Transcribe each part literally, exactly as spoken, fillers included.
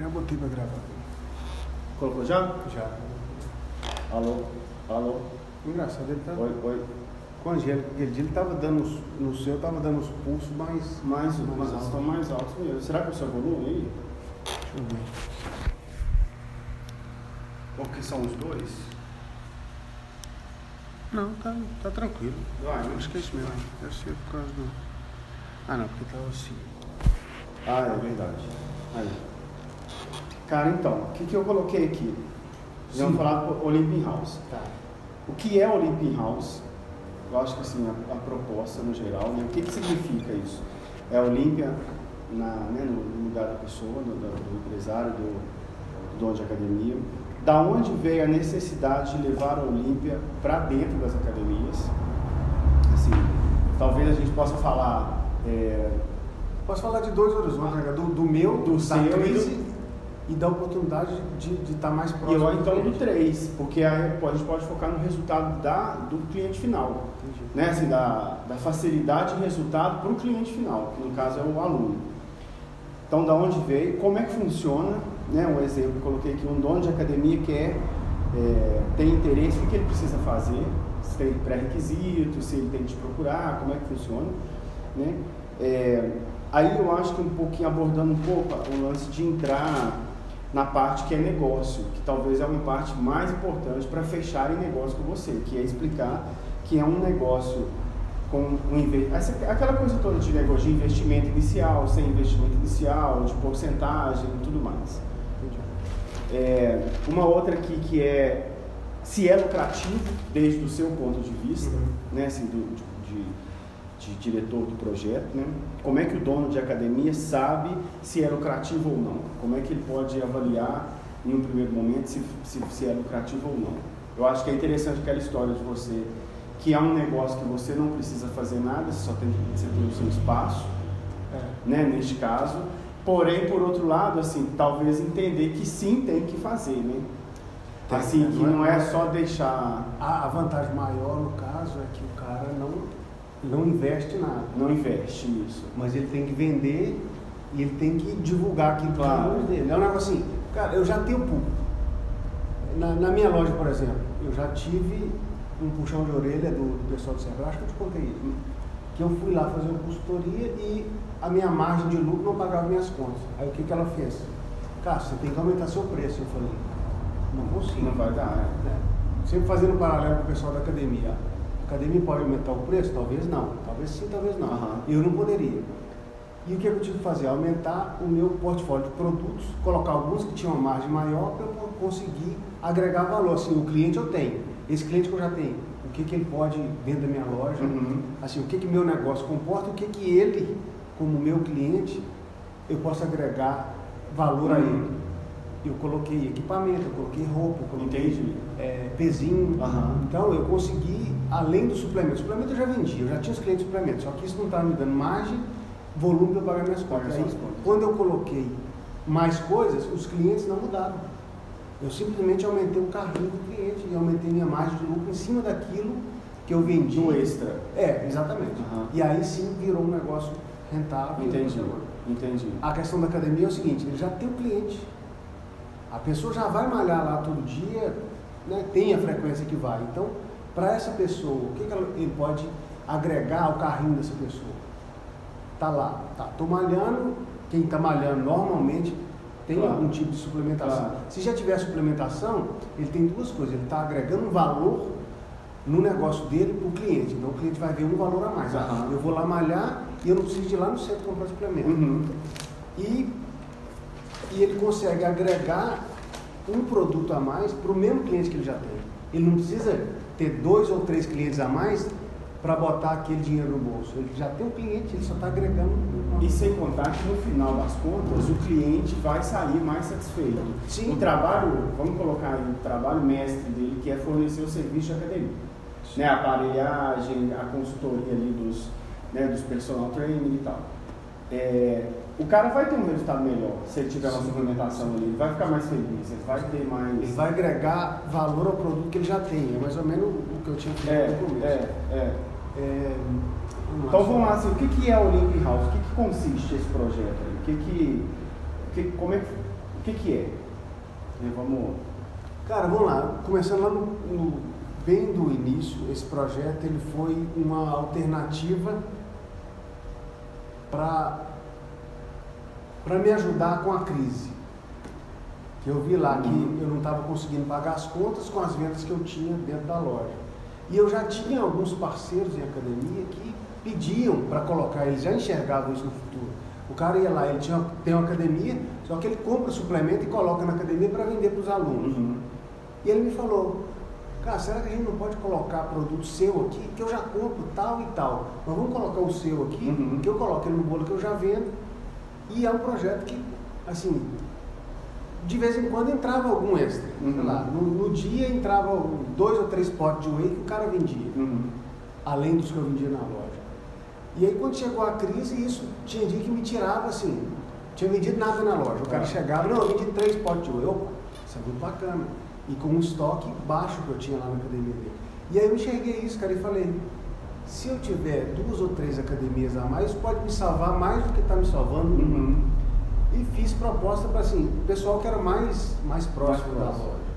Já botei pra gravar. Colocou já? Já. Alô? Alô? Engraçado, ele tá... Oi, oi. Com a Angélica, aquele dia ele tava dando, os- no seu, tava dando os pulsos mais... Mais, mais mas altos. estão mais altos mesmo. Será que é o seu volume aí? Deixa eu ver. Ou que são os dois? Não, tá, tá tranquilo. Vai, Acho que é isso mesmo. Deve ser por causa do... Ah, não, porque tava assim. Ah, é verdade. Aí. Cara, então, o que, que eu coloquei aqui? Vamos Sim. falar do Olympia House. Tá. O que é Olympia House? Eu acho que assim, a, a proposta no geral, né? O que, que significa isso? É Olympia na, né, no lugar da pessoa, no, do, do empresário, do, do dono de academia. Da onde veio a necessidade de levar a Olympia para dentro das academias? Assim, talvez a gente possa falar é, Posso falar de dois horizontes, né? do, do meu, Do da seu e crise do- e da oportunidade de estar mais e próximo eu então do cliente. três, porque a, a gente pode focar no resultado da, do cliente final. Entendi. Né, assim, da, da facilidade de resultado para o cliente final, que no caso é o aluno. Então, da onde veio, como é que funciona, né, um exemplo, eu coloquei aqui, um dono de academia quer, é, tem interesse, o que, que ele precisa fazer, se tem pré-requisitos, se ele tem que te procurar, como é que funciona, né? É, aí eu acho que um pouquinho, abordando um pouco o lance de entrar na parte que é negócio, que talvez é uma parte mais importante para fechar em negócio com você, que é explicar que é um negócio com um inve- essa, aquela coisa toda de negócio de investimento inicial, sem investimento inicial, de porcentagem e tudo mais. É, uma outra aqui que é se é lucrativo desde o seu ponto de vista, Uhum. né, assim, do, de, de, de diretor do projeto, né? Como é que o dono de academia sabe se é lucrativo ou não? Como é que ele pode avaliar em um primeiro momento se, se, se é lucrativo ou não? Eu acho que é interessante aquela história de você, que é um negócio que você não precisa fazer nada, você só tem que você tem o seu espaço, É. né, neste caso. Porém, por outro lado, assim, talvez entender que sim tem que fazer, né? Tem, Assim, né? que não é só deixar, A, a vantagem maior, no caso, é que o cara não, não investe nada. não investe nisso. Mas ele tem que vender e ele tem que divulgar aquilo que Claro. é o nome dele. É um negócio assim, cara, eu já tenho público. Na, na minha loja, por exemplo, eu já tive um puxão de orelha do, do pessoal do Sebrae, acho que eu te contei isso, que eu fui lá fazer uma consultoria e a minha margem de lucro não pagava minhas contas. Aí o que, que ela fez? Cara, você tem que aumentar seu preço. Eu falei, não consigo. Não vai dar, né? É. Sempre fazendo um paralelo com o pessoal da academia. A academia pode aumentar o preço? Talvez não. Talvez sim, talvez não. Aham. Eu não poderia. E o que eu tive que fazer? Aumentar o meu portfólio de produtos, colocar alguns que tinham uma margem maior para eu conseguir agregar valor. Assim, o cliente eu tenho. Esse cliente que eu já tenho, o que, que ele pode vender da minha loja, Uhum. assim, o que, que meu negócio comporta, o que, que ele, como meu cliente, eu posso agregar valor a Uhum. ele. Eu coloquei equipamento, eu coloquei roupa, eu coloquei Entendi. é, pezinho. Aham. Então eu consegui, além do suplemento, suplemento eu já vendia, eu já tinha os clientes de suplemento, só que isso não estava me dando margem, volume para eu pagar minhas Pagar contas. suas Aí, contas. quando eu coloquei mais coisas, os clientes não mudaram. Eu simplesmente aumentei o carrinho do cliente e aumentei minha margem de lucro em cima daquilo que eu vendi. Do extra. É, exatamente. Aham. E aí sim virou um negócio rentável. Entendi. Entendi. A questão da academia é o seguinte, ele já tem o cliente. A pessoa já vai malhar lá todo dia, né, tem a frequência que vai. Então, para essa pessoa, o que, que ela, ele pode agregar ao carrinho dessa pessoa? Tá lá, tá, tô malhando, quem está malhando normalmente tem Claro. algum tipo de suplementação. Claro. Se já tiver suplementação, ele tem duas coisas, ele está agregando um valor no negócio dele para o cliente. Então o cliente vai ver um valor a mais. Ah, Aham. eu vou lá malhar e eu não preciso de ir lá no centro comprar suplemento. Uhum. E, e ele consegue agregar um produto a mais para o mesmo cliente que ele já tem. Ele não precisa ter dois ou três clientes a mais para botar aquele dinheiro no bolso. Ele já tem um cliente, ele só está agregando. uma- E sem contar que no final das contas o cliente vai sair mais satisfeito. Sim. O trabalho, vamos colocar aí, o trabalho mestre dele, que é fornecer o serviço de academia. Né, a aparelhagem, a consultoria ali dos, né, dos personal training e tal. É, o cara vai ter um resultado melhor se ele tiver uma Sim. suplementação ali, ele vai ficar mais feliz, ele vai ter mais... Ele vai agregar valor ao produto que ele já tem. É mais ou menos o que eu tinha feito É, no começo. é, é. É, vamos Então vamos lá, assim, o que, que é o Olympia House? O que, que consiste esse projeto aí? O que que, o que, como é, que- o que que é? E vamos... Cara, vamos lá. Começando lá no, no, bem do início, esse projeto ele foi uma alternativa para para me ajudar com a crise. Eu vi lá que eu não estava conseguindo pagar as contas com as vendas que eu tinha dentro da loja. E eu já tinha alguns parceiros em academia que pediam para colocar, eles já enxergavam isso no futuro. O cara ia lá, ele tinha, tem uma academia, só que ele compra suplemento e coloca na academia para vender para os alunos. Uhum. E ele me falou, cara, será que a gente não pode colocar produto seu aqui, que eu já compro tal e tal, mas vamos colocar o seu aqui, uhum. que eu coloco ele no bolo que eu já vendo. E é um projeto que, assim, de vez em quando entrava algum extra. Uhum. Sei lá, no, no dia entrava dois ou três potes de whey que o cara vendia, uhum. além dos que eu vendia na loja. E aí quando chegou a crise, isso tinha dia que me tirava assim, tinha vendido nada na loja. O cara ah. chegava, não, eu vendi três potes de whey. Opa, isso é muito bacana. E com um estoque baixo que eu tinha lá na academia dele. E aí eu enxerguei isso, cara, e falei, se eu tiver duas ou três academias a mais, isso pode me salvar mais do que está me salvando. Uhum. E fiz proposta para assim, o pessoal que era mais, mais próximo mais da próximo. loja.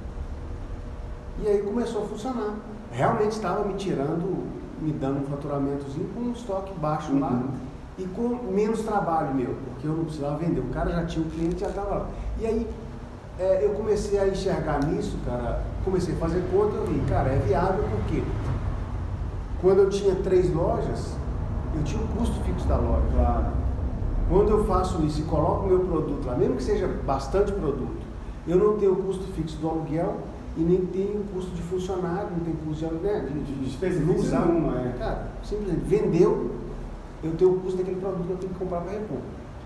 E aí começou a funcionar. Realmente estava me tirando, me dando um faturamentozinho com um estoque baixo uhum. lá e com menos trabalho meu, porque eu não precisava vender. O cara já tinha o cliente e já estava lá. E aí é, eu comecei a enxergar nisso, cara, comecei a fazer conta, eu vi, cara, é viável porque quando eu tinha três lojas, eu tinha o custo fixo da loja. Claro. Quando eu faço isso e coloco o meu produto lá, mesmo que seja bastante produto, eu não tenho o custo fixo do aluguel e nem tenho o custo de funcionário, não tenho custo de, né, de, de despesa luz, nenhuma, é. Cara, simplesmente vendeu, eu tenho o custo daquele produto que eu tenho que comprar para repor.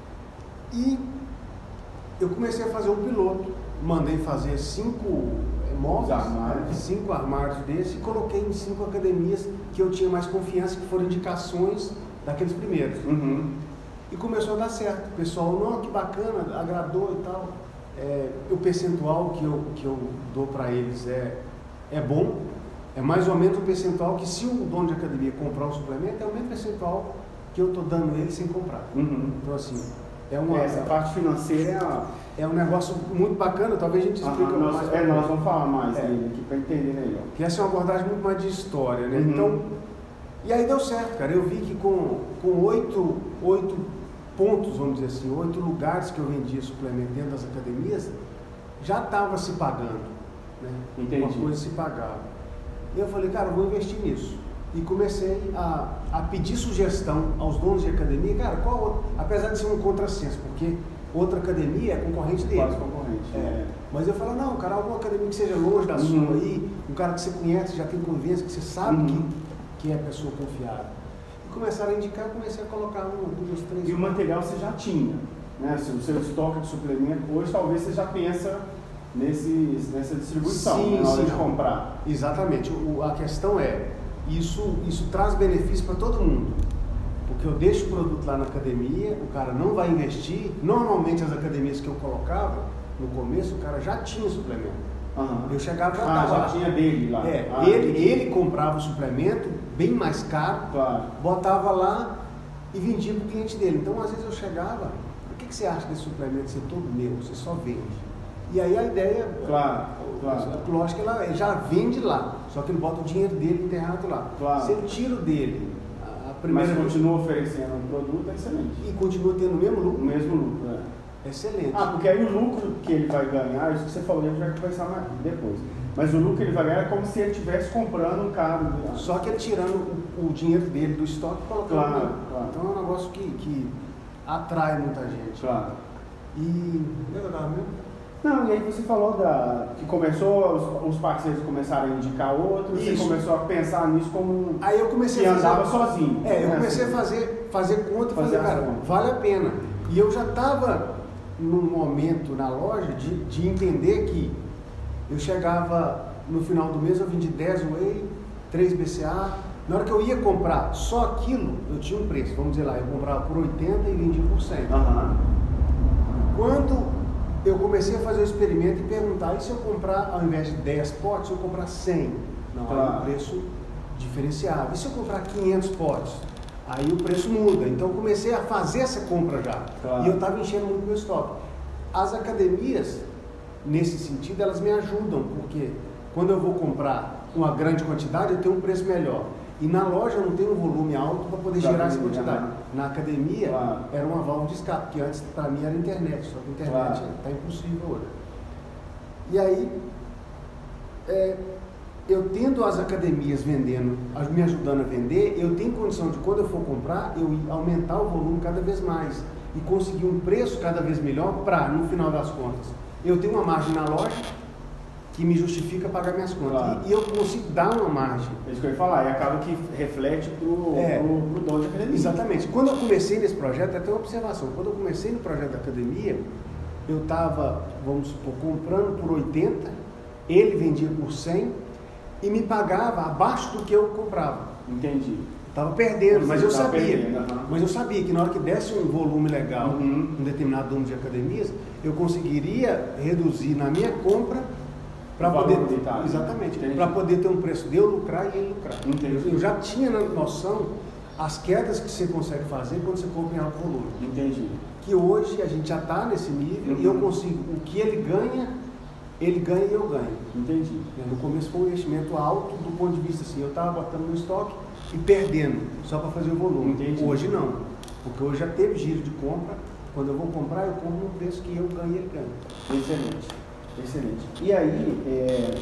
E eu comecei a fazer um piloto, mandei fazer cinco móveis, armários. cinco armários desses e coloquei em cinco academias que eu tinha mais confiança, que foram indicações daqueles primeiros. Uhum. E começou a dar certo. O pessoal, não, que bacana, agradou e tal. É, o percentual que eu, que eu dou para eles é, é bom. É mais ou menos o percentual que, se o dono de academia comprar um suplemento, é o mesmo percentual que eu estou dando ele sem comprar. Uhum. Então, assim, é uma... Essa parte financeira é, a... é um negócio muito bacana. Talvez a gente explique ah, nós, mais. É, nós vamos falar mais é. dele aqui para entender melhor. Que essa é uma abordagem muito mais de história, né? Uhum. Então, e aí deu certo, cara. Eu vi que com, com oito, oito pontos, vamos dizer assim, oito lugares que eu vendia suplemento dentro das academias, já estava se pagando, né? Entendi. Uma coisa se pagava. E eu falei, cara, eu vou investir nisso. E comecei a, a pedir sugestão aos donos de academia, cara, qual outro? Apesar de ser um contrassenso, porque outra academia é concorrente dele. Quase concorrente. É. É. Mas eu falo, não, cara, alguma academia que seja longe da uhum. sua aí, um cara que você conhece, já tem convivência, que você sabe uhum. que, que é pessoa confiável. E começaram a indicar, eu comecei a colocar uma, duas, três. E o material você já tinha, né? Se o seu estoque de suplemento hoje, talvez você já pensa nesse, nessa distribuição, sim, né, na hora sim, de comprar. Exatamente. O, a questão é, isso, isso traz benefício para todo mundo. Porque eu deixo o produto lá na academia, o cara não vai investir. Normalmente as academias que eu colocava, no começo, o cara já tinha suplemento. Uhum. Eu chegava já ah, tava já lá. tinha dele lá. É, ah, ele, ele comprava o suplemento bem mais caro, claro. botava lá e vendia para o cliente dele. Então, às vezes eu chegava, o que, que você acha desse suplemento ser todo meu? Você só vende. E aí a ideia, claro, claro. lógico que ela já vende lá, só que ele bota o dinheiro dele enterrado lá. Claro. Se ele tira o dele, a, a primeira... Mas continua oferecendo um produto, é excelente. E continua tendo o mesmo lucro. O mesmo lucro, é. Excelente. Ah, porque aí o lucro que ele vai ganhar, isso que você falou, a gente vai conversar mais depois. Mas o lucro que ele vai ganhar é como se ele estivesse comprando um carro. Só que ele tirando o, o dinheiro dele do estoque e colocando. Claro, claro. Então é um negócio que, que atrai muita gente. Claro. E. Legal, mesmo? Não, e aí você falou da, que começou, os, os parceiros começaram a indicar outros, Isso. Você começou a pensar nisso como aí eu comecei que a fazer, andava sozinho. É, eu né? comecei a fazer, fazer conta e Fazer falei, cara, contas. vale a pena. E eu já estava num momento na loja de, de entender que eu chegava no final do mês, eu vendi dez whey, três B C A. Na hora que eu ia comprar só aquilo, eu tinha um preço. Vamos dizer lá, eu comprava por oitenta e vendia por cem. Uhum. Quando eu comecei a fazer o experimento e perguntar, e se eu comprar, ao invés de dez potes, eu comprar cem? Não, Claro. aí o preço diferenciava. E se eu comprar quinhentos potes? Aí o preço muda. Então eu comecei a fazer essa compra já. Claro. E eu estava enchendo muito meu estoque. as academias, nesse sentido, elas me ajudam, porque quando eu vou comprar uma grande quantidade, eu tenho um preço melhor. E na loja eu não tenho um volume alto para poder gerar essa quantidade. Na academia, claro, era uma válvula de escape, que antes para mim era internet, só que a internet está claro, impossível hoje. E aí, é, eu tendo as academias vendendo, me ajudando a vender, eu tenho condição de, quando eu for comprar, eu aumentar o volume cada vez mais e conseguir um preço cada vez melhor para, no final das contas, eu tenho uma margem na loja que me justifica pagar minhas contas. Claro. E, e eu consigo dar uma margem. É isso que eu ia falar, e acaba que reflete para o é, dono da academia. Exatamente. Quando eu comecei nesse projeto, até uma observação, quando eu comecei no projeto da academia, eu estava, vamos supor, comprando por oitenta, ele vendia por cem e me pagava abaixo do que eu comprava. Entendi. Estava perdendo, mas eu sabia. Perdendo, uhum. Mas eu sabia que na hora que desse um volume legal, uhum, um determinado número de academias, eu conseguiria reduzir na minha compra para poder, exatamente, para poder ter um preço de eu lucrar e ele lucrar. Entendi. Eu já tinha noção as quedas que você consegue fazer quando você compra em alto volume. Entendi. Que hoje a gente já está nesse nível, uhum, e eu consigo, o que ele ganha, ele ganha e eu ganho. Entendi. No começo foi um investimento alto do ponto de vista assim, eu estava botando no estoque e perdendo só para fazer o volume. Entendi. Hoje não, porque hoje já teve giro de compra, quando eu vou comprar eu compro no preço que eu ganho e ele ganha. Excelente. Excelente. E aí, é,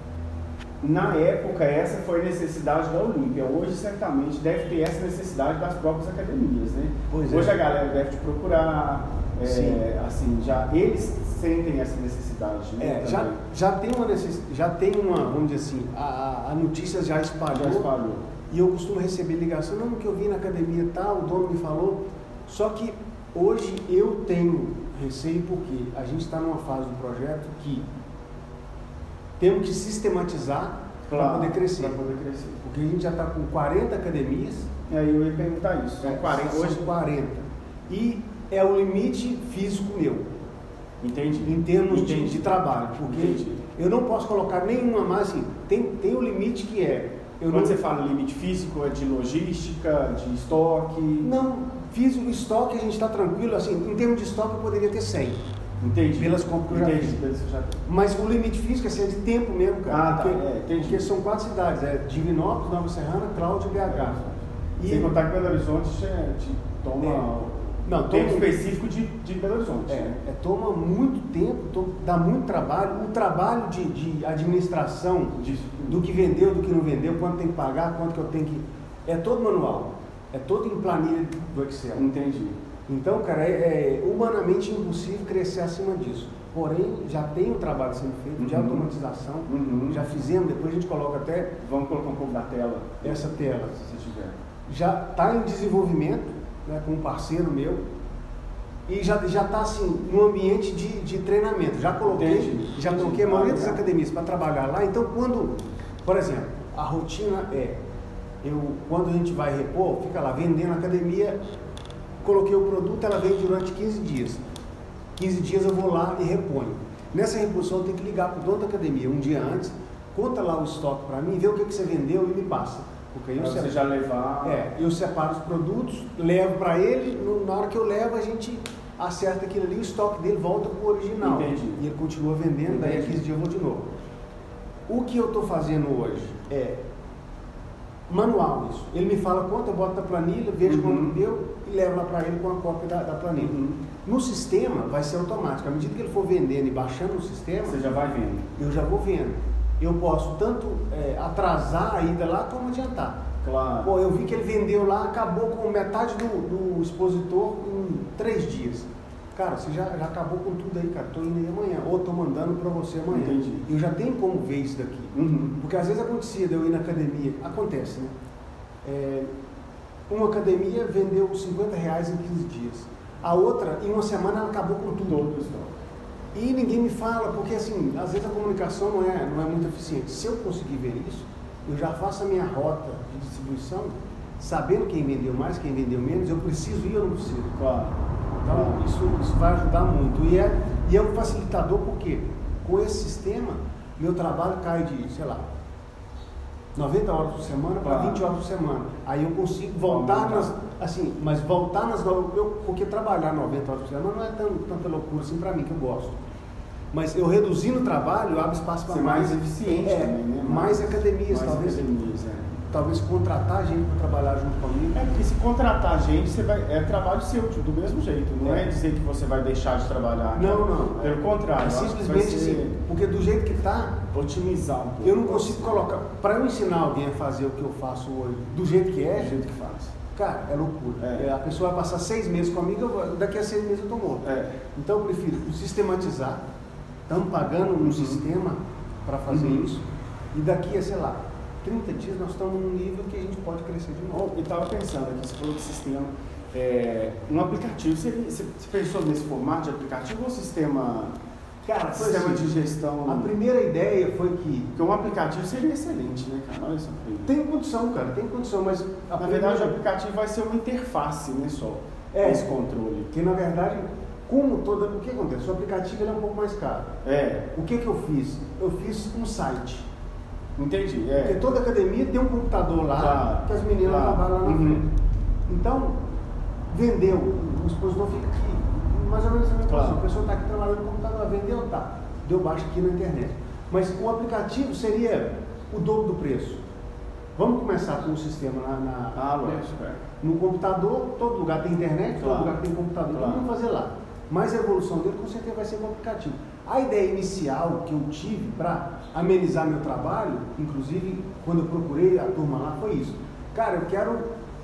na época, essa foi a necessidade da Olímpia. Hoje, certamente, deve ter essa necessidade das próprias academias, né? Pois Hoje é. A galera deve te procurar, é, assim, já eles sentem essa necessidade, né? É, já, já tem uma necessidade, já tem uma, vamos dizer assim, a, a notícia já espalhou, já espalhou. E eu costumo receber ligação, não, que eu vi na academia tal, o dono me falou, só que hoje eu tenho receio porque a gente está numa fase do projeto que temos que sistematizar, claro, para poder crescer. Para poder crescer. Porque a gente já está com quarenta academias. E aí eu ia perguntar isso. São quarenta, hoje quarenta. E é o limite físico meu. Entendi. Em termos Entendi. De, de trabalho. Porque Entendi. Eu não posso colocar nenhuma mais assim. Tem, tem o limite que é. Eu Quando não... você fala limite físico, é de logística, de estoque? Não, físico, estoque a gente está tranquilo, assim, em termos de estoque eu poderia ter cem. Entendi. Pelas compras que eu já entendi. fiz. Já... Mas o limite físico é assim, é de tempo mesmo, cara. Ah, porque, tá, é, entendi. Porque são quatro cidades, é Divinópolis, Nova Serrana, Cláudia e B H. E... Sem contar que Belo Horizonte te, te toma... É. Não, tempo toma... específico de, de Belo Horizonte. É, é, toma muito tempo, toma, dá muito trabalho. O trabalho de, de administração de, do que vendeu, do que não vendeu, quanto tem que pagar, quanto que eu tenho que... É todo manual, é todo em planilha do Excel. Entendi. Então, cara, é, é humanamente impossível crescer acima disso. Porém, já tem um trabalho sendo feito, uhum, de automatização, uhum, já fizemos, depois a gente coloca até... Vamos colocar um pouco da tela. Essa tela. Se você tiver. Já está em desenvolvimento, né, com um parceiro meu, e já está assim, num ambiente de, de treinamento. Já coloquei, Entendi. já coloquei a maioria das academias para trabalhar lá. Então, quando, por exemplo, a rotina é, eu, quando a gente vai repor, fica lá vendendo a academia, coloquei o produto, ela vem durante quinze dias. quinze dias eu vou lá e reponho. Nessa reposição eu tenho que ligar para o dono da academia um dia antes, conta lá o estoque para mim, vê o que, que você vendeu e me passa. Porque aí eu você já levar... É, eu separo os produtos, levo para ele, no, na hora que eu levo a gente acerta aquilo ali, o estoque dele volta para o original. Entendi. E ele continua vendendo, Entendi. Daí a quinze dias eu vou de novo. O que eu estou fazendo hoje é manual isso. Ele me fala quanto, eu boto na planilha, vejo, uhum, quanto deu e levo lá para ele com a cópia da, da planilha. Uhum. No sistema vai ser automático. À medida que ele for vendendo e baixando o sistema, você já vai vendo. Eu já vou vendo. Eu posso tanto é, atrasar a ida lá como adiantar. Claro. Pô, eu vi que ele vendeu lá, acabou com metade do, do expositor em três dias. Cara, você já, já acabou com tudo aí, cara. Tô indo aí amanhã, ou tô mandando para você amanhã. Entendi. Eu já tenho como ver isso daqui. Uhum. Porque às vezes acontecia de eu ir na academia, acontece, né? É, uma academia vendeu cinquenta reais em quinze dias. A outra, em uma semana, ela acabou com tudo. Todo o estoque. E ninguém me fala, porque assim, às vezes a comunicação não é, não é muito eficiente. Se eu conseguir ver isso, eu já faço a minha rota de distribuição, sabendo quem vendeu mais, quem vendeu menos, eu preciso ir ou não preciso. Claro. Então, isso, isso vai ajudar muito. E é, e é um facilitador, porque com esse sistema, meu trabalho cai de, sei lá, noventa horas por semana para vinte horas por semana. Aí eu consigo voltar nas, assim, mas voltar nas novas, eu, porque trabalhar noventa horas por semana não é tão, tanta loucura assim para mim, que eu gosto. Mas eu reduzindo o trabalho, eu abro espaço para mais, mais eficiente é, também, né? Mais, mais academias, mais talvez. Academias, é. Talvez contratar gente para trabalhar junto comigo. É porque se contratar gente, você vai, é trabalho seu, do mesmo jeito. Não é, é dizer que você vai deixar de trabalhar. Não, não. Pelo é, contrário. É simplesmente assim, porque do jeito que está, otimizar um pouco. Eu não consigo colocar. Para eu ensinar alguém a fazer o que eu faço hoje, do jeito que é, do jeito que faz. Cara, é loucura. É. A pessoa vai passar seis meses comigo, eu, daqui a seis meses eu tô morto. É. Então eu prefiro sistematizar. Estamos pagando um uhum. sistema para fazer uhum. isso. E daqui a, sei lá, trinta dias nós estamos num nível que a gente pode crescer de novo. Eu estava pensando aqui, você falou de sistema. É, um aplicativo, você, você pensou nesse formato de aplicativo ou sistema, cara, sistema assim, de gestão? A primeira ideia foi que... Porque um aplicativo seria excelente, né, cara? Olha só. Tem condição, cara, tem condição, mas... Na primeira... verdade, o aplicativo vai ser uma interface, né, só, é, esse controle. Que, na verdade, como toda... O que acontece? O aplicativo ele é um pouco mais caro. É. O que que eu fiz? Eu fiz um site. Entendi, é. Porque toda academia tem um computador lá, claro, que as meninas claro. trabalham lá na uhum. frente. Então, vendeu, o expositor fica aqui, mais ou menos a mesma claro. posição. A pessoa está aqui trabalhando no computador, vendeu, tá, deu baixo aqui na internet. Mas o aplicativo seria o dobro do preço. Vamos começar com o sistema na, na, ah, lógico, né? No computador, todo lugar tem internet, claro. todo lugar tem computador, claro. então vamos fazer lá. Mas a evolução dele com certeza vai ser com o aplicativo. A ideia inicial que eu tive para amenizar meu trabalho, inclusive quando eu procurei a turma lá, foi isso. Cara, eu quero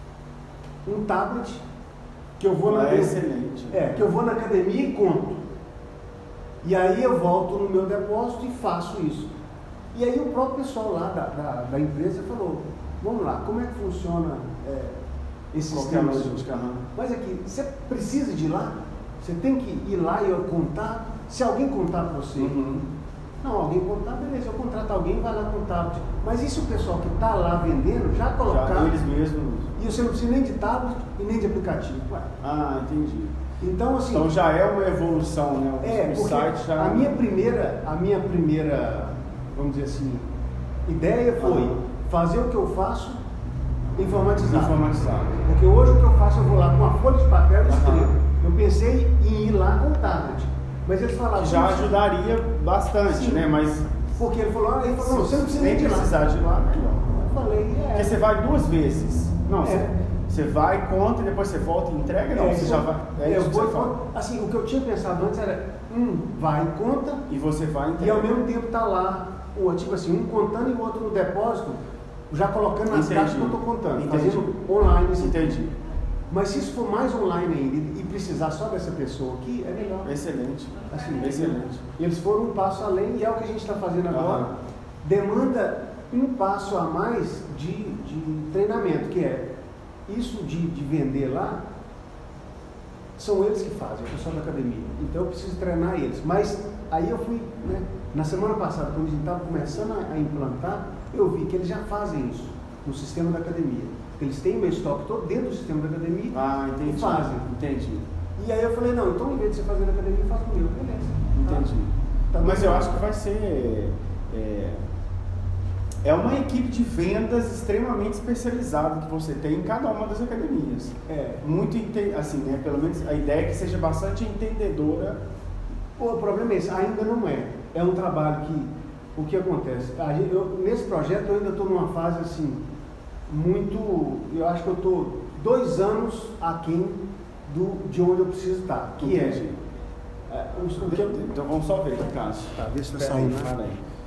um tablet que eu vou ah, na é excelente. É, que eu vou na academia e conto. E aí eu volto no meu depósito e faço isso. E aí o próprio pessoal lá da, da, da empresa falou, vamos lá, como é que funciona é, esse sistema? Mas aqui, você precisa de ir lá? Você tem que ir lá e eu contar? Se alguém contar para você, uhum. não, alguém contar, beleza, eu contrato alguém, vai lá contar. Mas e se o pessoal que está lá vendendo já colocar? Já eles mesmos. E você não precisa nem de tablet e nem de aplicativo. Ué. Ah, entendi. Então, assim, então já é uma evolução, né? O, é, o site já... a minha primeira, a minha primeira, vamos dizer assim, ideia foi ah. fazer o que eu faço informatizado. Informatizado. Porque hoje o que eu faço, eu vou lá com uma folha de papel e escrevo. Eu pensei em ir lá com o tablet. Mas ele falava... Já ajudaria bastante, sim, né? Mas... Porque ele falou, ele falou, não, você não precisa nem de precisar de lá, melhor. Eu falei, é... Porque você vai duas vezes. Não, é. você, você vai, conta e depois você volta e entrega? Não, é, você eu, já vai... É eu isso vou, que você fala. Assim, o que eu tinha pensado antes era, um vai e conta... E você vai e entrega. E ao mesmo tempo tá lá, tipo assim, um contando e o outro no depósito, já colocando nas Entendi. caixas que eu estou contando. Entendi. Fazendo online. Assim. Entendi. Mas se isso for mais online ainda e precisar só dessa pessoa aqui, é melhor. Excelente. Assim, excelente. Eles foram um passo além e é o que a gente está fazendo agora. Uhum. Demanda um passo a mais de, de treinamento, que é isso de, de vender lá, são eles que fazem, o pessoal da academia. Então eu preciso treinar eles. Mas aí eu fui, né, na semana passada, quando a gente estava começando a, a implantar, eu vi que eles já fazem isso no sistema da academia. Eles têm o meu estoque todo dentro do sistema da academia ah, entendi, e fazem. Entendi. E aí eu falei, não, então em vez de você fazer na academia, eu faço no meu. Beleza. Entendi. Tá, tá Mas eu acho que vai ser... É, é uma equipe de vendas extremamente especializada que você tem em cada uma das academias. É. Muito, assim, né? Pelo menos a ideia é que seja bastante entendedora. O problema é esse, ainda não é. É um trabalho que... O que acontece? Eu, nesse projeto eu ainda estou numa fase assim... muito, eu acho que eu estou dois anos aquém do, de onde eu preciso estar, que Entendi. é, é o, o que eu, então vamos só ver, Cássio. Tá, vê se está saindo, né?